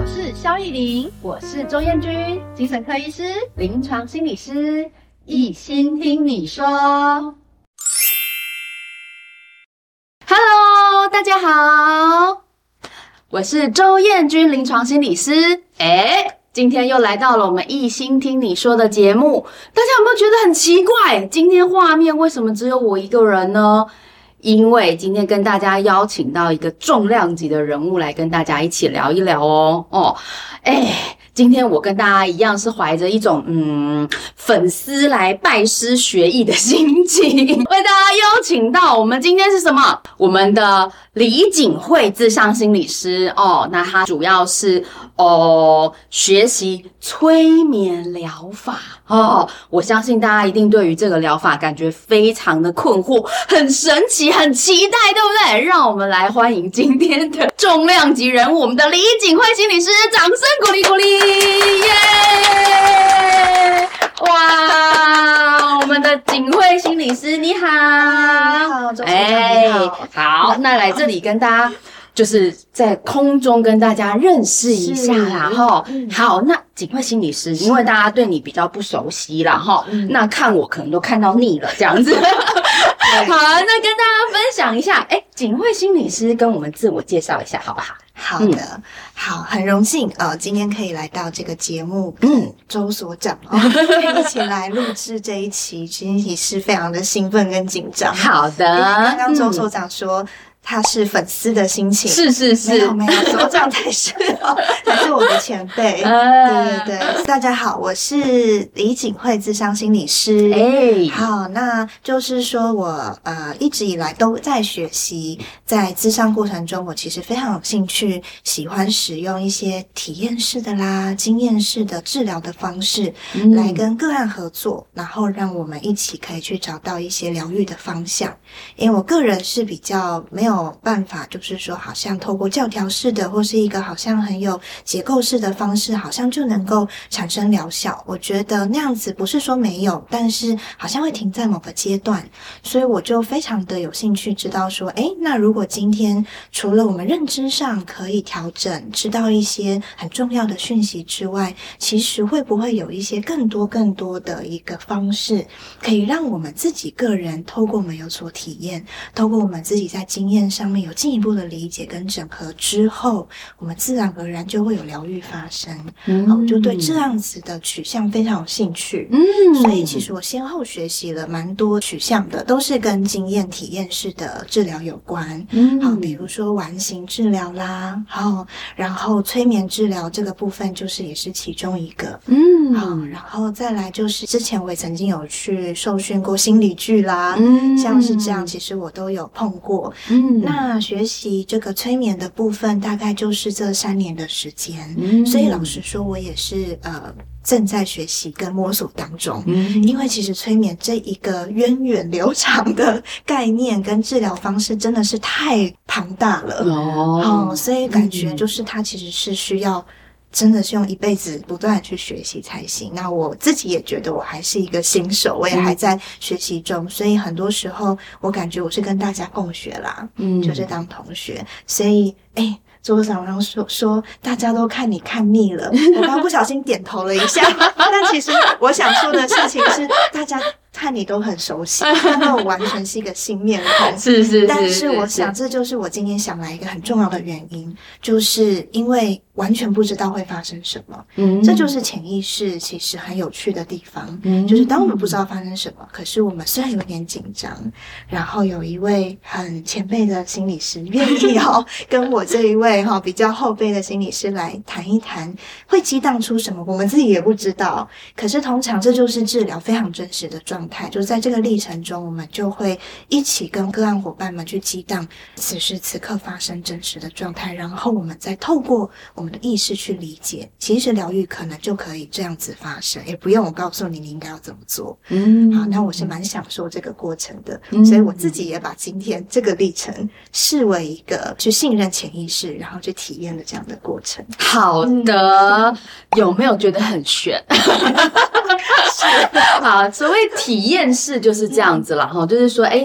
是萧逸玲，我是周燕君，精神科医师、临床心理师，一心听你说。Hello， 大家好，我是周燕君，临床心理师。今天又来到了我们一心听你说的节目，大家有没有觉得很奇怪？今天画面为什么只有我一个人呢？因为今天跟大家邀请到一个重量级的人物来跟大家一起聊一聊哦。今天我跟大家一样是怀着一种粉丝来拜师学艺的心情，为大家邀请到我们今天是什么？我们的李锦慧諮商心理师哦，那他主要是学习催眠疗法哦。我相信大家一定对于这个疗法感觉非常的困惑，很神奇，很期待，对不对？让我们来欢迎今天的重量级人物，我们的李锦慧心理师，掌声鼓励鼓励！耶！哇，我们的锦慧心理师你好， 你好，周所长你好。 好，那来这里跟大家就是在空中跟大家认识一下啦齁。好，那锦慧心理师，因为大家对你比较不熟悉啦齁，那看我可能都看到腻了这样子。好，那跟大家分享一下，锦慧心理师跟我们自我介绍一下好不好？ 好的，好，很荣幸今天可以来到这个节目，跟周所长一起来录制这一期，其实是非常的兴奋跟紧张。 好的， 刚刚周所长说他是粉丝的心情， 是， 没有，所长才是我的前辈。对，大家好，我是李锦慧諮商心理师。好，那就是说我一直以来都在学习，在諮商过程中，我其实非常有兴趣，喜欢使用一些体验式的啦、经验式的治疗的方式，来跟个案合作，然后让我们一起可以去找到一些疗愈的方向。因为我个人是比较没有办法，就是说好像透过教条式的或是一个好像很有结构式的方式，好像就能够产生疗效。我觉得那样子不是说没有，但是好像会停在某个阶段，所以我就非常的有兴趣知道说，那如果今天除了我们认知上可以调整，知道一些很重要的讯息之外，其实会不会有一些更多的一个方式，可以让我们自己个人透过我们有所体验，透过我们自己在经验上面有进一步的理解跟整合之后，我们自然而然就会有疗愈发生。我就对这样子的取向非常有兴趣。所以其实我先后学习了蛮多取向的，都是跟经验体验式的治疗有关。好，比如说完形治疗啦，然后催眠治疗这个部分就是也是其中一个。好，然后再来就是之前我也曾经有去受训过心理剧啦，像是这样，其实我都有碰过。那学习这个催眠的部分大概就是这3年的时间，所以老实说我也是正在学习跟摸索当中。因为其实催眠这一个源远流长的概念跟治疗方式真的是太庞大了所以感觉就是它其实是需要真的是用一辈子不断的去学习才行。那我自己也觉得我还是一个新手，我也还在学习中，所以很多时候我感觉我是跟大家共学啦，就是当同学。所以周所长说大家都看你看腻了，我刚不小心点头了一下但其实我想说的事情是大家看你都很熟悉，那我完全是一个新面孔。 是， 但是我想这就是我今天想来一个很重要的原因，就是因为完全不知道会发生什么。这就是潜意识其实很有趣的地方。就是当我们不知道发生什么，可是我们虽然有点紧张，然后有一位很前辈的心理师愿意跟我这一位比较后辈的心理师来谈一谈，会激荡出什么我们自己也不知道。可是通常这就是治疗非常真实的状态，就是在这个历程中，我们就会一起跟个案伙伴们去激荡此时此刻发生真实的状态，然后我们再透过我们的意识去理解，其实疗愈可能就可以这样子发生，也不用我告诉你应该要怎么做。好，那我是蛮享受这个过程的，所以我自己也把今天这个历程视为一个去信任潜意识，然后去体验的这样的过程。 好的，有没有觉得很悬？好，所谓体验式就是这样子啦，就是说，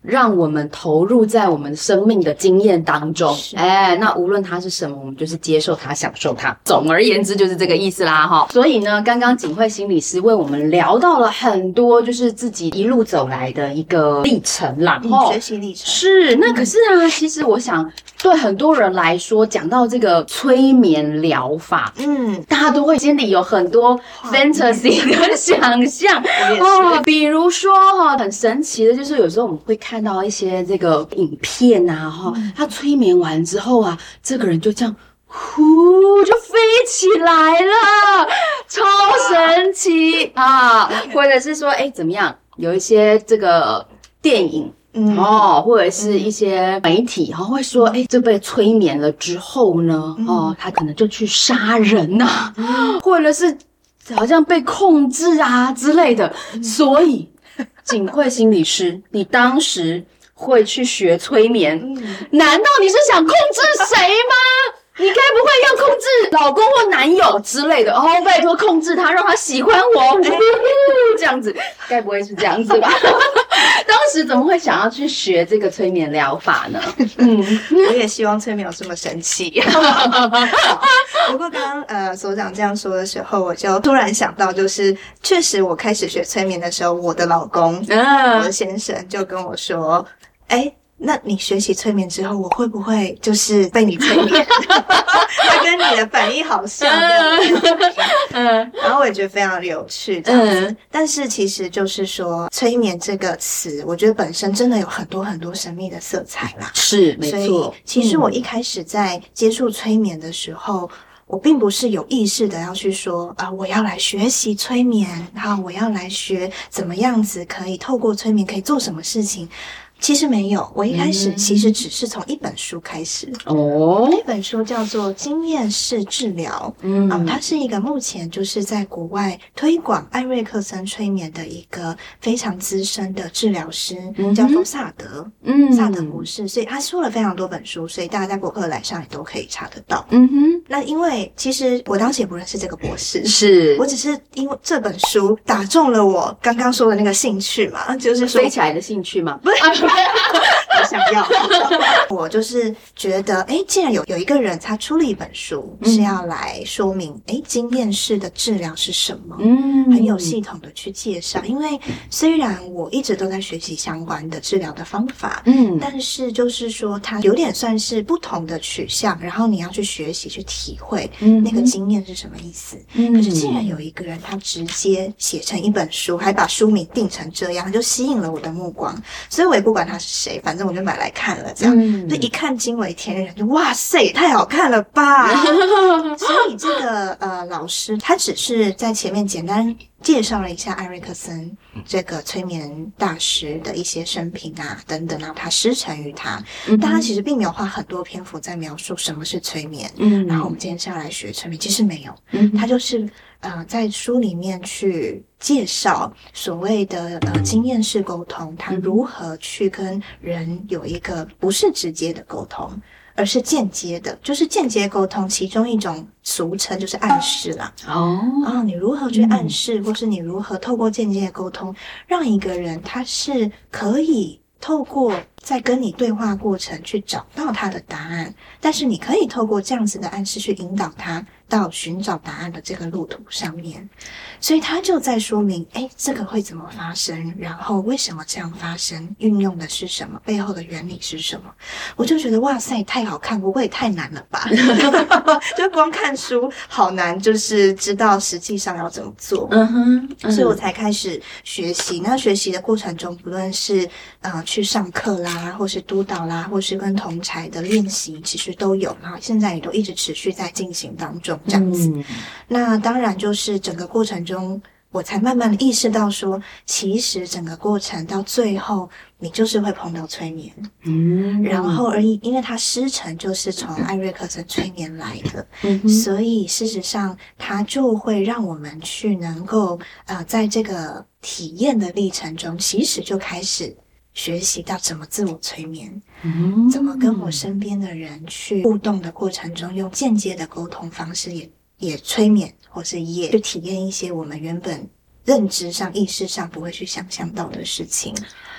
让我们投入在我们生命的经验当中。那无论它是什么，我们就是接受它，享受它。总而言之就是这个意思啦齁。所以呢，刚刚景慧心理师为我们聊到了很多，就是自己一路走来的一个历程啦， 学习历程。 是，那可是啊，其实我想对很多人来说，讲到这个催眠疗法，大家都会心里有很多 fantasy 的想象比如说很神奇的就是有时候我们会看到一些这个影片啊他催眠完之后啊，这个人就这样呼就飞起来了，超神奇啊！或者是说怎么样，有一些这个电影或者是一些媒体会说这被催眠了之后呢他可能就去杀人啊或者是好像被控制啊之类的。所以景慧心理师，你当时会去学催眠，难道你是想控制谁吗？你该不会要控制老公或男友之类的拜托控制他，让他喜欢我这样子，该不会是这样子吧？当时怎么会想要去学这个催眠疗法呢？ 我也希望催眠有这么神奇。不过刚刚所长这样说的时候，我就突然想到，就是确实我开始学催眠的时候，我的老公我的先生就跟我说那你学习催眠之后，我会不会就是被你催眠？他跟你的反应好像然后我也觉得非常有趣这样子。但是其实就是说，催眠这个词，我觉得本身真的有很多很多神秘的色彩啦。 是，没错。 所以其实我一开始在接触催眠的时候，我并不是有意识的要去说我要来学习催眠，然后我要来学怎么样子可以透过催眠可以做什么事情。其实没有，我一开始其实只是从一本书开始。那本书叫做《经验式治疗》，它是一个目前就是在国外推广艾瑞克森催眠的一个非常资深的治疗师，叫做萨德，萨德博士。所以他出了非常多本书，所以大家在博客来上也都可以查得到。那因为其实我当时也不认识这个博士， 是我只是因为这本书打中了我刚刚说的那个兴趣嘛，就是说飞起来的兴趣嘛， 不是。我想要我就是觉得既然有一个人他出了一本书是要来说明经验式的治疗是什么，很有系统的去介绍。因为虽然我一直都在学习相关的治疗的方法，但是就是说它有点算是不同的取向，然后你要去学习去体会那个经验是什么意思。可是既然有一个人他直接写成一本书，还把书名定成这样，就吸引了我的目光，所以我也不管他是谁，反正我就买来看了这样。就一看惊为天人，就哇塞太好看了吧所以这个老师他只是在前面简单介绍了一下艾瑞克森这个催眠大师的一些生平啊等等，然后他师承于他，但他其实并没有花很多篇幅在描述什么是催眠，然后我们今天是要来学催眠，其实没有，他就是在书里面去介绍所谓的经验式沟通，他如何去跟人有一个不是直接的沟通，而是间接的，就是间接沟通其中一种俗称就是暗示啦。你如何去暗示，或是你如何透过间接的沟通，让一个人他是可以透过在跟你对话过程去找到他的答案，但是你可以透过这样子的暗示去引导他到寻找答案的这个路途上面。所以他就在说明这个会怎么发生，然后为什么这样发生，运用的是什么，背后的原理是什么。我就觉得哇塞太好看，不过也太难了吧就光看书好难，就是知道实际上要怎么做。所以我才开始学习。那学习的过程中，不论是去上课啦，或是督导啦，或是跟同侪的练习，其实都有，然后现在也都一直持续在进行当中这样子。那当然就是整个过程中我才慢慢的意识到说，其实整个过程到最后你就是会碰到催眠，然后因为它师承就是从艾瑞克森催眠来的，所以事实上它就会让我们去能够在这个体验的历程中，其实就开始学习到怎么自我催眠，怎么跟我身边的人去互动的过程中，用间接的沟通方式也催眠，或是也去体验一些我们原本认知上意识上不会去想象到的事情。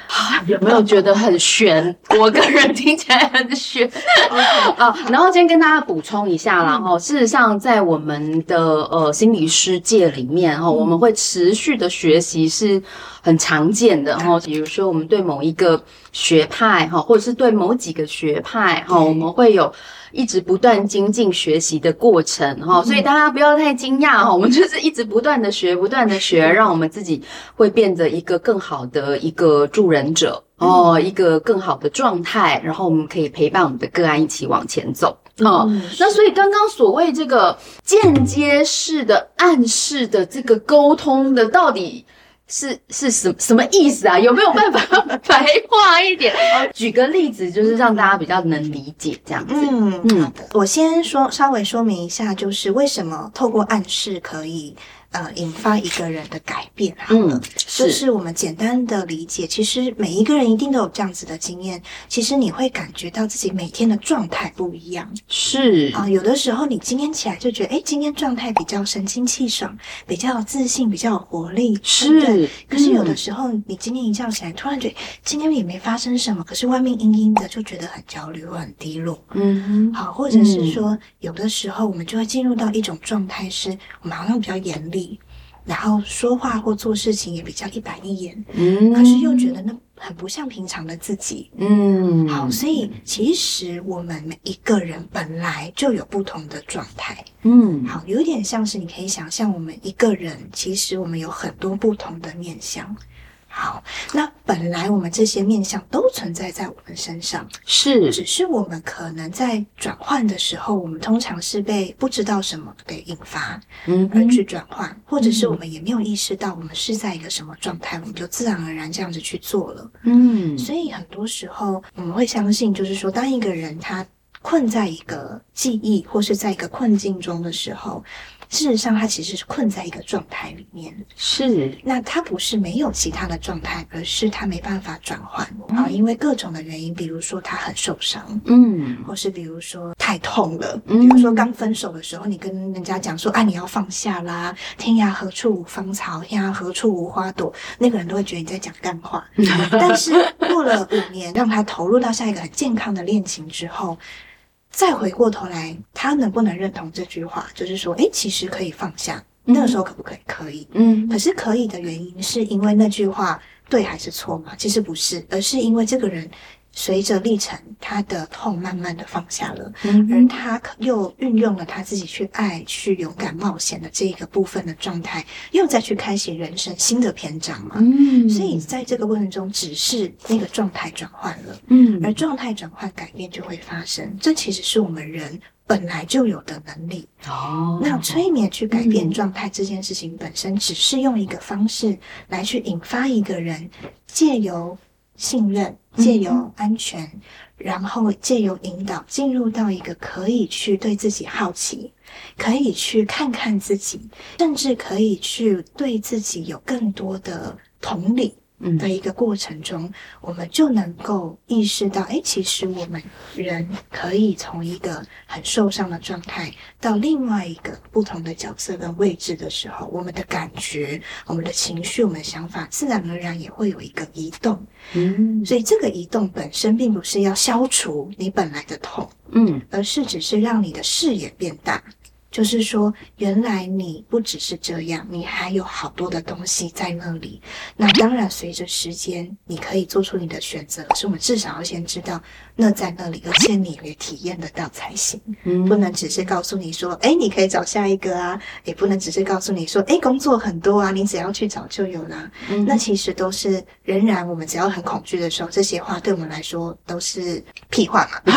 有没有觉得很玄？我个人听起来很玄然后先跟大家补充一下啦事实上在我们的心理师界里面我们会持续的学习是很常见的比如说我们对某一个学派或者是对某几个学派我们会有一直不断精进学习的过程所以大家不要太惊讶我们就是一直不断的学让我们自己会变得一个更好的一个助人者一个更好的状态，然后我们可以陪伴我们的个案一起往前走那所以刚刚所谓这个间接式的暗示的这个沟通的到底是什么意思啊？有没有办法白话一点？举个例子，就是让大家比较能理解这样子。 好的，我先稍微说明一下，就是为什么透过暗示可以引发一个人的改变好了就是我们简单的理解，其实每一个人一定都有这样子的经验，其实你会感觉到自己每天的状态不一样是有的时候你今天起来就觉得今天状态比较神清气爽，比较有自信，比较有活力是可是有的时候你今天一觉起来突然觉得今天也没发生什么，可是外面阴阴的，就觉得很焦虑或很低落好，或者是说有的时候我们就会进入到一种状态，是我们好像比较严厉，然后说话或做事情也比较一板一眼可是又觉得那很不像平常的自己好，所以其实我们每一个人本来就有不同的状态好，有点像是你可以想象我们一个人其实我们有很多不同的面向好，那本来我们这些面向都存在在我们身上是只是我们可能在转换的时候，我们通常是被不知道什么给引发而去转换或者是我们也没有意识到我们是在一个什么状态我们就自然而然这样子去做了所以很多时候我们会相信，就是说当一个人他困在一个记忆或是在一个困境中的时候，事实上他其实是困在一个状态里面是那他不是没有其他的状态，而是他没办法转换因为各种的原因，比如说他很受伤或是比如说太痛了比如说刚分手的时候你跟人家讲说你要放下啦，天涯何处无芳草，天涯何处无花朵，那个人都会觉得你在讲干话但是过了5年让他投入到下一个很健康的恋情之后，再回过头来他能不能认同这句话，就是说其实可以放下那个时候可不可以？可以可是可以的原因是因为那句话对还是错吗？其实不是，而是因为这个人随着历程他的痛慢慢的放下了而他又运用了他自己去爱去勇敢冒险的这个部分的状态，又再去开启人生新的篇章嘛所以在这个过程中只是那个状态转换了而状态转换改变就会发生，这其实是我们人本来就有的能力那催眠去改变状态这件事情本身只是用一个方式来去引发一个人借由信任，借由安全然后借由引导进入到一个可以去对自己好奇，可以去看看自己，甚至可以去对自己有更多的同理的一个过程中我们就能够意识到其实我们人可以从一个很受伤的状态到另外一个不同的角色跟位置的时候，我们的感觉，我们的情绪，我们的想法自然而然也会有一个移动所以这个移动本身并不是要消除你本来的痛而是只是让你的视野变大，就是说原来你不只是这样，你还有好多的东西在那里。那当然随着时间你可以做出你的选择，可是我们至少要先知道那在那里，而且你也体验得到才行不能只是告诉你说你可以找下一个啊，也不能只是告诉你说工作很多啊，你只要去找就有啦那其实都是仍然我们只要很恐惧的时候，这些话对我们来说都是屁话嘛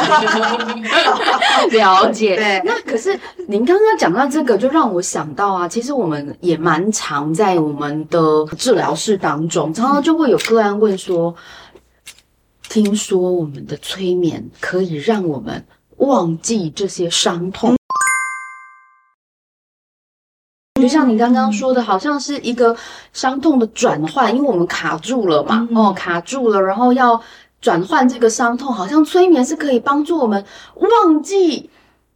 了解对那可是您刚刚讲到这个就让我想到啊，其实我们也蛮常在我们的治疗室当中常常就会有个案问说，听说我们的催眠可以让我们忘记这些伤痛就像你刚刚说的，好像是一个伤痛的转换，因为我们卡住了嘛卡住了，然后要转换这个伤痛，好像催眠是可以帮助我们忘记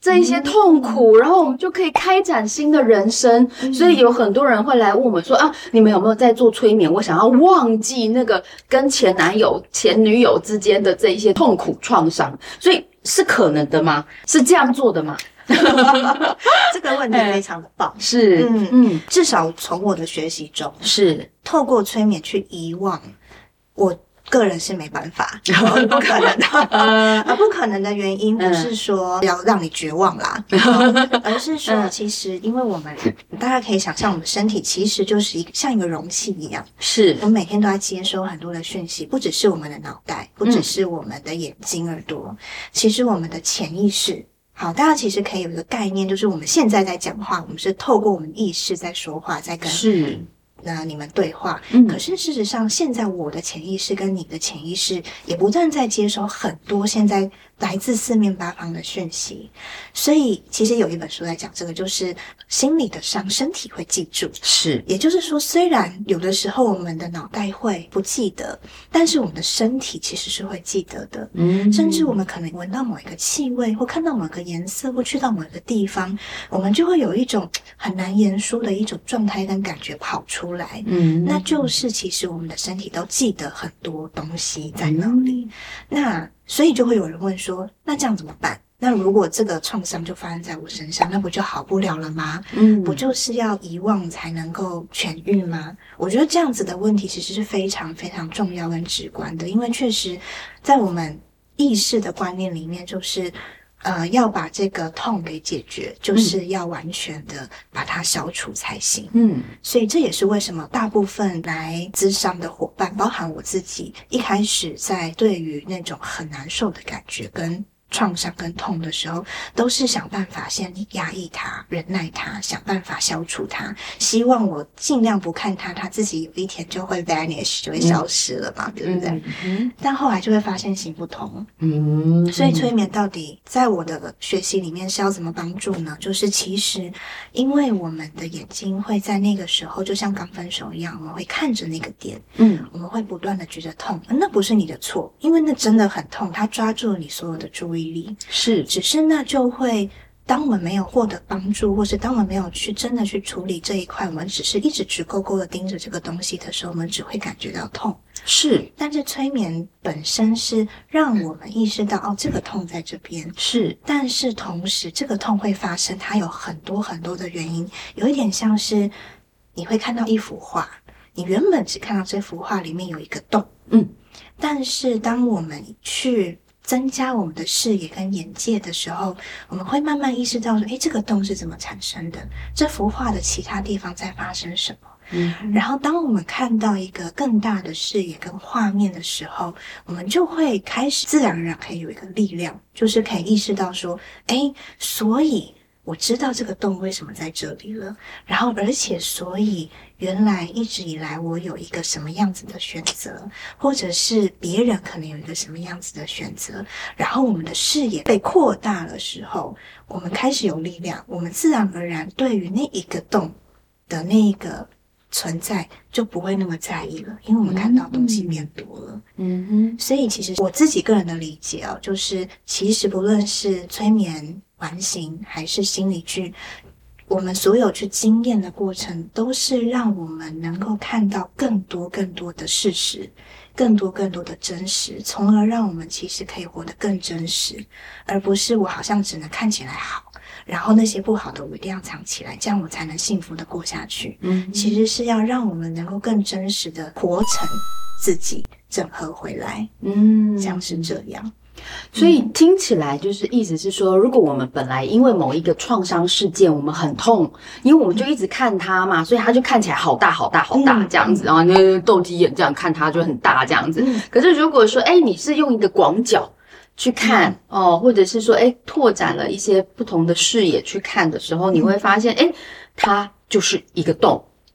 这一些痛苦，然后我们就可以开展新的人生。所以有很多人会来问我们说啊，你们有没有在做催眠？我想要忘记那个跟前男友、前女友之间的这一些痛苦创伤。所以是可能的吗？是这样做的吗？ 这个问题非常的棒， 是， 至少从我的学习中， 是透过催眠去遗忘，我个人是没办法，不可能的。不可能的原因不是说要让你绝望啦，而是说其实因为我们大家可以想象，我们身体其实就是像一个容器一样， 是我们每天都在接收很多的讯息，不只是我们的脑袋，不只是我们的眼睛、耳朵，其实我们的潜意识。好，大家其实可以有一个概念，就是我们现在在讲话，我们是透过我们意识在说话，在跟你们对话。可是事实上，现在我的潜意识跟你的潜意识也不断在接收很多现在来自四面八方的讯息。所以其实有一本书在讲这个，就是心理的伤，身体会记住。 是， 也就是说，虽然有的时候我们的脑袋会不记得，但是我们的身体其实是会记得的。甚至我们可能闻到某一个气味，或看到某个颜色，或去到某一个地方，我们就会有一种很难言说的一种状态跟感觉跑出来。那就是其实我们的身体都记得很多东西在那里。那所以就会有人问说，那这样怎么办？那如果这个创伤就发生在我身上，那不就好不了了吗？不就是要遗忘才能够痊愈吗？我觉得这样子的问题其实是非常非常重要跟直观的，因为确实在我们意识的观念里面，就是要把这个痛给解决，就是要完全的把它消除才行。所以这也是为什么大部分来咨商的伙伴，包含我自己，一开始在对于那种很难受的感觉跟创伤跟痛的时候，都是想办法先压抑它、忍耐它，想办法消除它，希望我尽量不看它，它自己有一天就会 vanish， 就会消失了嘛，对不对？但后来就会发现行不通。所以催眠到底在我的学习里面是要怎么帮助呢？就是其实因为我们的眼睛会在那个时候就像刚分手一样，我们会看着那个点，我们会不断的觉得痛，那不是你的错，因为那真的很痛，它抓住了你所有的注意力， 是， 只是那就会当我们没有获得帮助，或是当我们没有去真的去处理这一块，我们只是一直直勾勾的盯着这个东西的时候，我们只会感觉到痛。 是， 但是催眠本身是让我们意识到这个痛在这边， 是， 但是同时这个痛会发生，它有很多很多的原因，有一点像是你会看到一幅画，你原本只看到这幅画里面有一个洞，但是当我们去增加我们的视野跟眼界的时候，我们会慢慢意识到说，这个洞是怎么产生的？这幅画的其他地方在发生什么？然后当我们看到一个更大的视野跟画面的时候，我们就会开始自然而然可以有一个力量，就是可以意识到说，所以我知道这个洞为什么在这里了，然后而且所以原来一直以来我有一个什么样子的选择，或者是别人可能有一个什么样子的选择，然后我们的视野被扩大的时候，我们开始有力量，我们自然而然对于那一个洞的那一个存在就不会那么在意了，因为我们看到东西变多了。所以其实我自己个人的理解就是其实不论是催眠、完形还是心理剧，我们所有去经验的过程都是让我们能够看到更多更多的事实，更多更多的真实，从而让我们其实可以活得更真实，而不是我好像只能看起来好，然后那些不好的我一定要藏起来，这样我才能幸福的过下去。其实是要让我们能够更真实的活成自己，整合回来。像是这样。 所以听起来就是意思是说，如果我们本来因为某一个创伤事件我们很痛，因为我们就一直看它嘛，所以它就看起来好大好大好大这样子，然后那斗鸡眼这样看它就很大这样子。可是如果说你是用一个广角去看或者是说拓展了一些不同的视野去看的时候，你会发现它就是一个洞。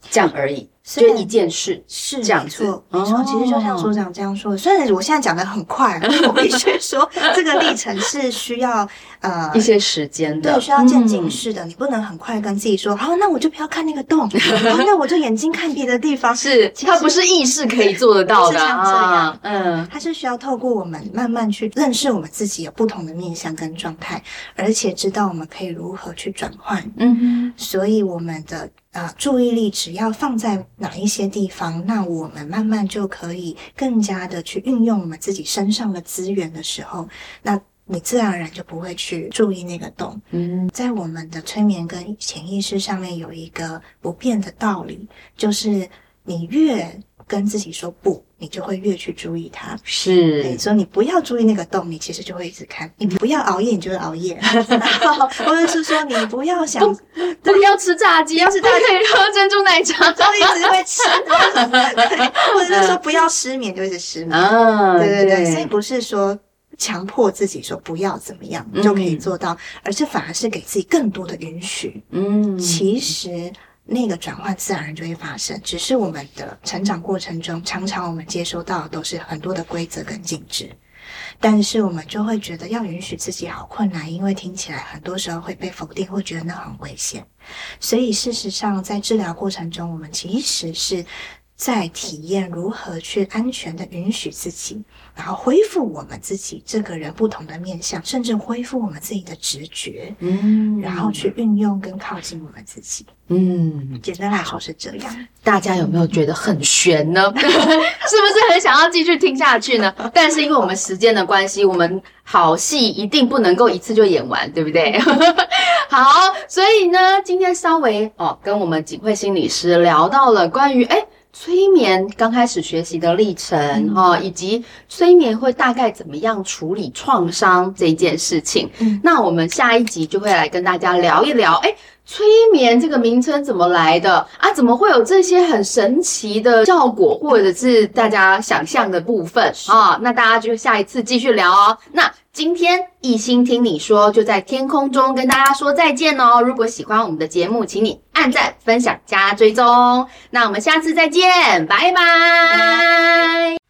这样而已。就一件事是这样子， 没错，其实就像所长这样说的。虽然我现在讲的很快，我必须说这个历程是需要一些时间的， 对，需要渐进式的。你不能很快跟自己说，好，那我就不要看那个洞，好，那我就眼睛看别的地方。 是，它不是意识可以做得到的， 是像这样，它是需要透过我们慢慢去认识我们自己有不同的面向跟状态，而且知道我们可以如何去转换。所以我们的注意力只要放在哪一些地方，那我们慢慢就可以更加的去运用我们自己身上的资源的时候，那你自然而然就不会去注意那个洞。在我们的催眠跟潜意识上面有一个不变的道理，就是你越跟自己说不，你就会越去注意它。 是， 对，所以你不要注意那个洞，你其实就会一直看。你不要熬夜，你就会熬夜。或者是说你不要想， 不要吃炸鸡，要吃炸鸡可以喝珍珠奶茶， 就一直会吃。或者是说不要失眠，就一直失眠。对，所以不是说强迫自己说不要怎么样就可以做到，而是反而是给自己更多的允许。其实那个转换自然就会发生，只是我们的成长过程中，常常我们接收到的都是很多的规则跟禁止，但是我们就会觉得要允许自己好困难，因为听起来很多时候会被否定，会觉得那很危险。所以事实上在治疗过程中，我们其实是在体验如何去安全的允许自己，然后恢复我们自己这个人不同的面向，甚至恢复我们自己的直觉，然后去运用跟靠近我们自己。简单来说是这样。 大家有没有觉得很悬呢？是不是很想要继续听下去呢？但是因为我们时间的关系，我们好戏一定不能够一次就演完，对不对？好，所以呢，今天稍微跟我们景慧心理师聊到了关于催眠刚开始学习的历程以及催眠会大概怎么样处理创伤这件事情。那我们下一集就会来跟大家聊一聊催眠这个名称怎么来的啊？怎么会有这些很神奇的效果，或者是大家想象的部分啊？那大家就下一次继续聊哦。那今天一心听你说就在天空中跟大家说再见哦。如果喜欢我们的节目，请你按赞、分享、加追踪。那我们下次再见，拜拜。